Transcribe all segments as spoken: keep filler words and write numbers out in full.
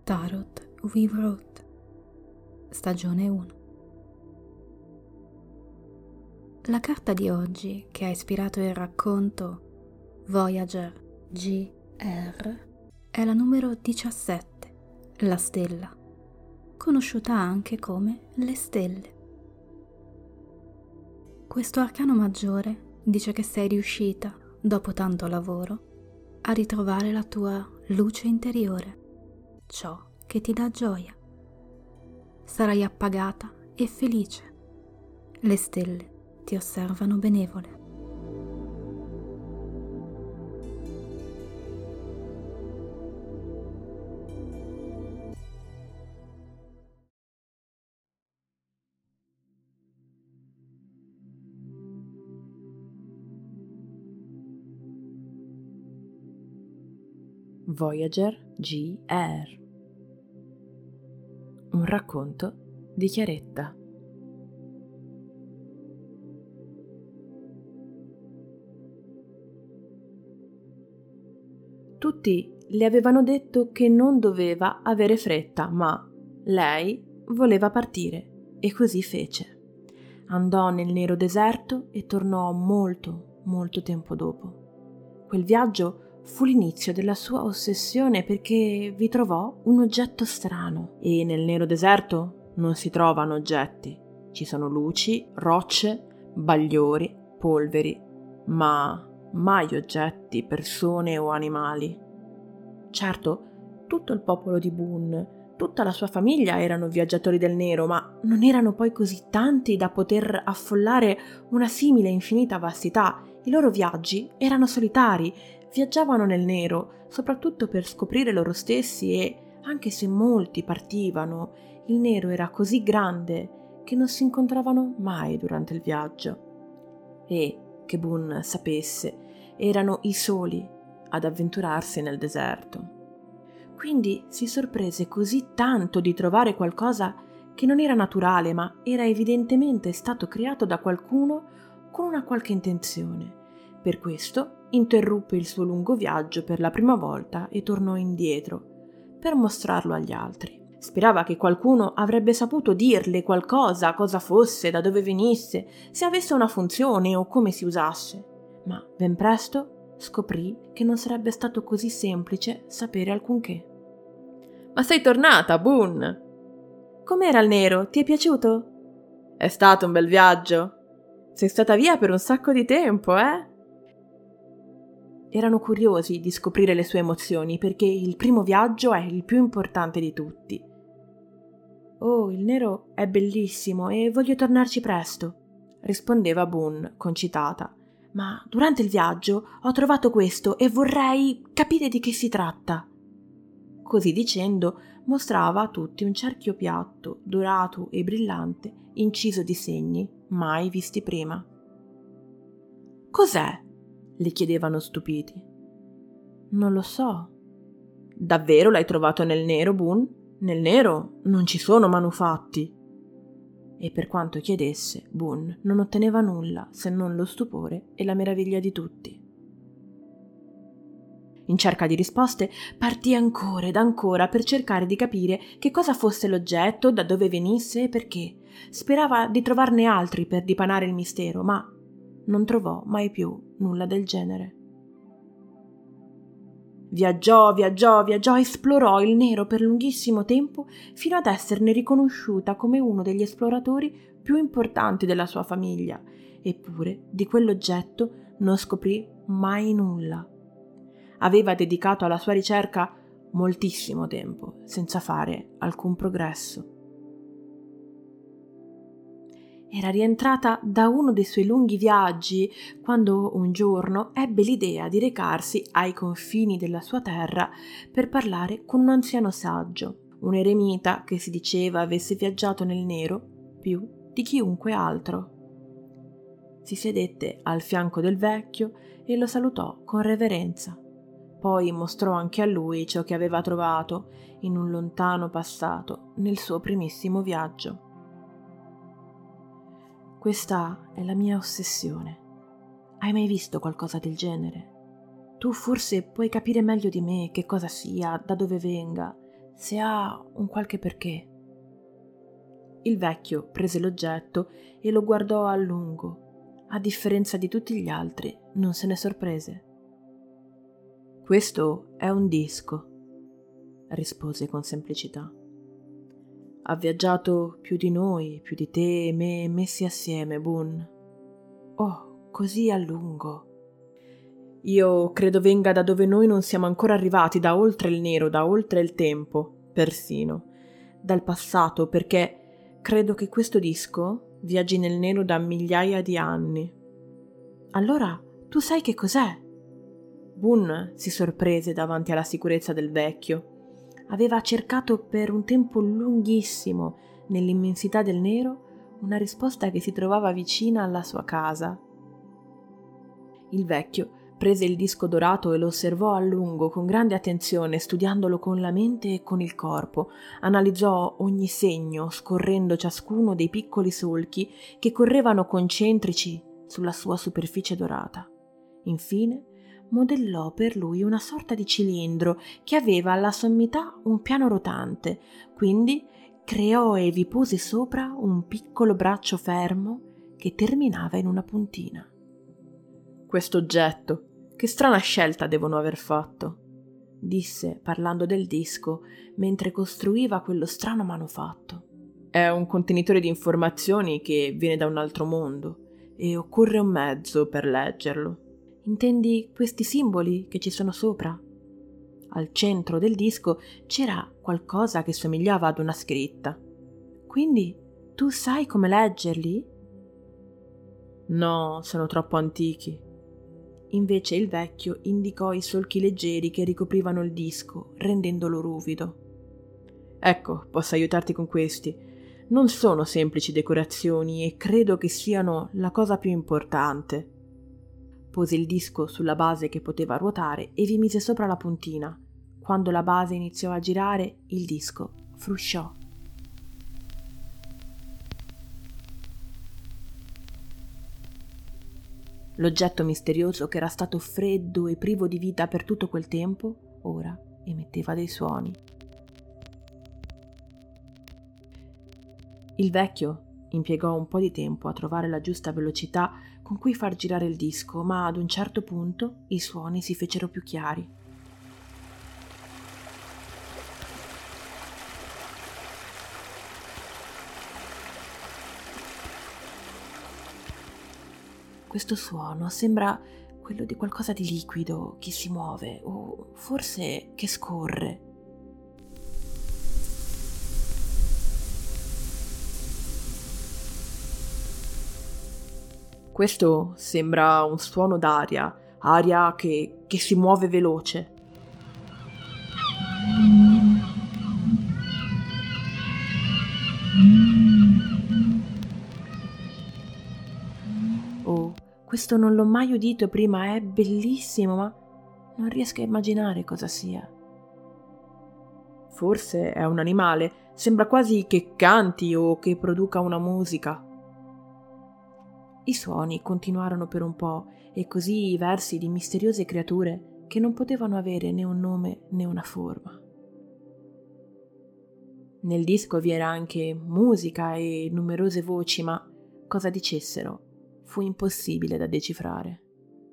Tarot We Wrote, stagione uno. La carta di oggi che ha ispirato il racconto Voyager G R è la numero diciassette, la stella, conosciuta anche come le stelle. Questo arcano maggiore dice che sei riuscita, dopo tanto lavoro, a ritrovare la tua luce interiore, ciò che ti dà gioia. Sarai appagata e felice. Le stelle ti osservano benevole. Voyager G R. Un racconto di Chiaretta. Tutti le avevano detto che non doveva avere fretta, ma lei voleva partire e così fece. Andò nel nero deserto e tornò molto, molto tempo dopo. Quel viaggio fu l'inizio della sua ossessione perché vi trovò un oggetto strano e nel nero deserto non si trovano oggetti. Ci sono luci, rocce, bagliori, polveri, ma mai oggetti, persone o animali. Certo, tutto il popolo di Boone, tutta la sua famiglia erano viaggiatori del nero, ma non erano poi così tanti da poter affollare una simile infinita vastità. I loro viaggi erano solitari, viaggiavano nel nero, soprattutto per scoprire loro stessi e, anche se molti partivano, il nero era così grande che non si incontravano mai durante il viaggio. E, che Boone sapesse, erano i soli ad avventurarsi nel deserto. Quindi si sorprese così tanto di trovare qualcosa che non era naturale, ma era evidentemente stato creato da qualcuno con una qualche intenzione. Per questo interruppe il suo lungo viaggio per la prima volta e tornò indietro, per mostrarlo agli altri. Sperava che qualcuno avrebbe saputo dirle qualcosa, cosa fosse, da dove venisse, se avesse una funzione o come si usasse. Ma ben presto scoprì che non sarebbe stato così semplice sapere alcunché. «Ma sei tornata, Boone!» «Com'era il nero? Ti è piaciuto?» «È stato un bel viaggio. Sei stata via per un sacco di tempo, eh?» Erano curiosi di scoprire le sue emozioni perché il primo viaggio è il più importante di tutti. «Oh, il nero è bellissimo e voglio tornarci presto», rispondeva Boone concitata. «Ma durante il viaggio ho trovato questo e vorrei capire di che si tratta». Così dicendo mostrava a tutti un cerchio piatto, dorato e brillante, inciso di segni mai visti prima. «Cos'è?» le chiedevano stupiti. «Non lo so». «Davvero l'hai trovato nel nero, Boone? Nel nero non ci sono manufatti». E per quanto chiedesse, Boone non otteneva nulla se non lo stupore e la meraviglia di tutti. In cerca di risposte, partì ancora ed ancora per cercare di capire che cosa fosse l'oggetto, da dove venisse e perché. Sperava di trovarne altri per dipanare il mistero, ma non trovò mai più nulla del genere. Viaggiò, viaggiò, viaggiò, esplorò il nero per lunghissimo tempo fino ad esserne riconosciuta come uno degli esploratori più importanti della sua famiglia, eppure di quell'oggetto non scoprì mai nulla. Aveva dedicato alla sua ricerca moltissimo tempo, senza fare alcun progresso. Era rientrata da uno dei suoi lunghi viaggi quando un giorno ebbe l'idea di recarsi ai confini della sua terra per parlare con un anziano saggio, un eremita che si diceva avesse viaggiato nel nero più di chiunque altro. Si sedette al fianco del vecchio e lo salutò con reverenza. Poi mostrò anche a lui ciò che aveva trovato in un lontano passato nel suo primissimo viaggio. «Questa è la mia ossessione. Hai mai visto qualcosa del genere? Tu forse puoi capire meglio di me che cosa sia, da dove venga. se ha un qualche perché. Il vecchio prese l'oggetto e lo guardò a lungo. A differenza di tutti gli altri, non se ne sorprese. «Questo è un disco», rispose con semplicità. «Ha viaggiato più di noi, più di te e me messi assieme, Boone. Oh, così a lungo. Io credo venga da dove noi non siamo ancora arrivati, da oltre il nero, da oltre il tempo, persino, dal passato, perché credo che questo disco viaggi nel nero da migliaia di anni. Allora, tu sai che cos'è?» Boone si sorprese davanti alla sicurezza del vecchio. Aveva cercato per un tempo lunghissimo, nell'immensità del nero, una risposta che si trovava vicina alla sua casa. Il vecchio prese il disco dorato e lo osservò a lungo, con grande attenzione, studiandolo con la mente e con il corpo. Analizzò ogni segno, scorrendo ciascuno dei piccoli solchi che correvano concentrici sulla sua superficie dorata. Infine, modellò per lui una sorta di cilindro che aveva alla sommità un piano rotante, quindi creò e vi pose sopra un piccolo braccio fermo che terminava in una puntina. «Questo oggetto, che strana scelta devono aver fatto», disse parlando del disco mentre costruiva quello strano manufatto. «È un contenitore di informazioni che viene da un altro mondo e occorre un mezzo per leggerlo. Intendi questi simboli che ci sono sopra?» Al centro del disco c'era qualcosa che somigliava ad una scritta. «Quindi tu sai come leggerli?» «No, sono troppo antichi». Invece il vecchio indicò i solchi leggeri che ricoprivano il disco, rendendolo ruvido. «Ecco, posso aiutarti con questi. Non sono semplici decorazioni e credo che siano la cosa più importante». Pose il disco sulla base che poteva ruotare e vi mise sopra la puntina. Quando la base iniziò a girare, il disco frusciò. L'oggetto misterioso, che era stato freddo e privo di vita per tutto quel tempo, ora emetteva dei suoni. Il vecchio impiegò un po' di tempo a trovare la giusta velocità con cui far girare il disco, ma ad un certo punto i suoni si fecero più chiari. Questo suono sembra quello di qualcosa di liquido che si muove, o forse che scorre. Questo sembra un suono d'aria, aria che, che si muove veloce. Oh, questo non l'ho mai udito prima, è bellissimo, ma non riesco a immaginare cosa sia. Forse è un animale, sembra quasi che canti o che produca una musica. I suoni continuarono per un po', e così i versi di misteriose creature che non potevano avere né un nome né una forma. Nel disco vi era anche musica e numerose voci, ma cosa dicessero fu impossibile da decifrare.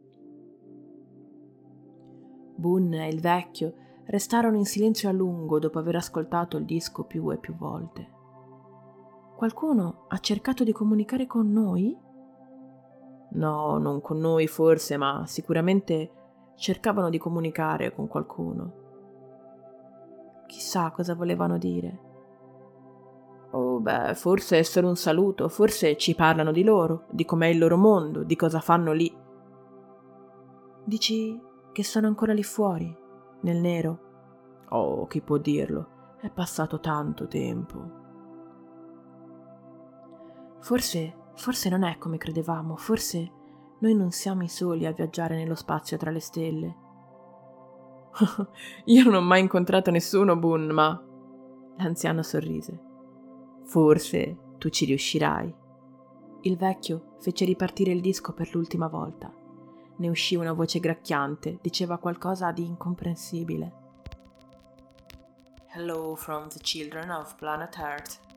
Boone e il vecchio restarono in silenzio a lungo dopo aver ascoltato il disco più e più volte. «Qualcuno ha cercato di comunicare con noi?» «No, non con noi forse, ma sicuramente cercavano di comunicare con qualcuno». «Chissà cosa volevano dire». «Oh, beh, forse è solo un saluto, forse ci parlano di loro, di com'è il loro mondo, di cosa fanno lì». «Dici che sono ancora lì fuori, nel nero?» «Oh, chi può dirlo? È passato tanto tempo». Forse, forse non è come credevamo, forse noi non siamo i soli a viaggiare nello spazio tra le stelle. Io non ho mai incontrato nessuno, Boone, ma... L'anziano sorrise. Forse tu ci riuscirai. Il vecchio fece ripartire il disco per l'ultima volta. Ne uscì una voce gracchiante, diceva qualcosa di incomprensibile. hello from the children of planet Earth.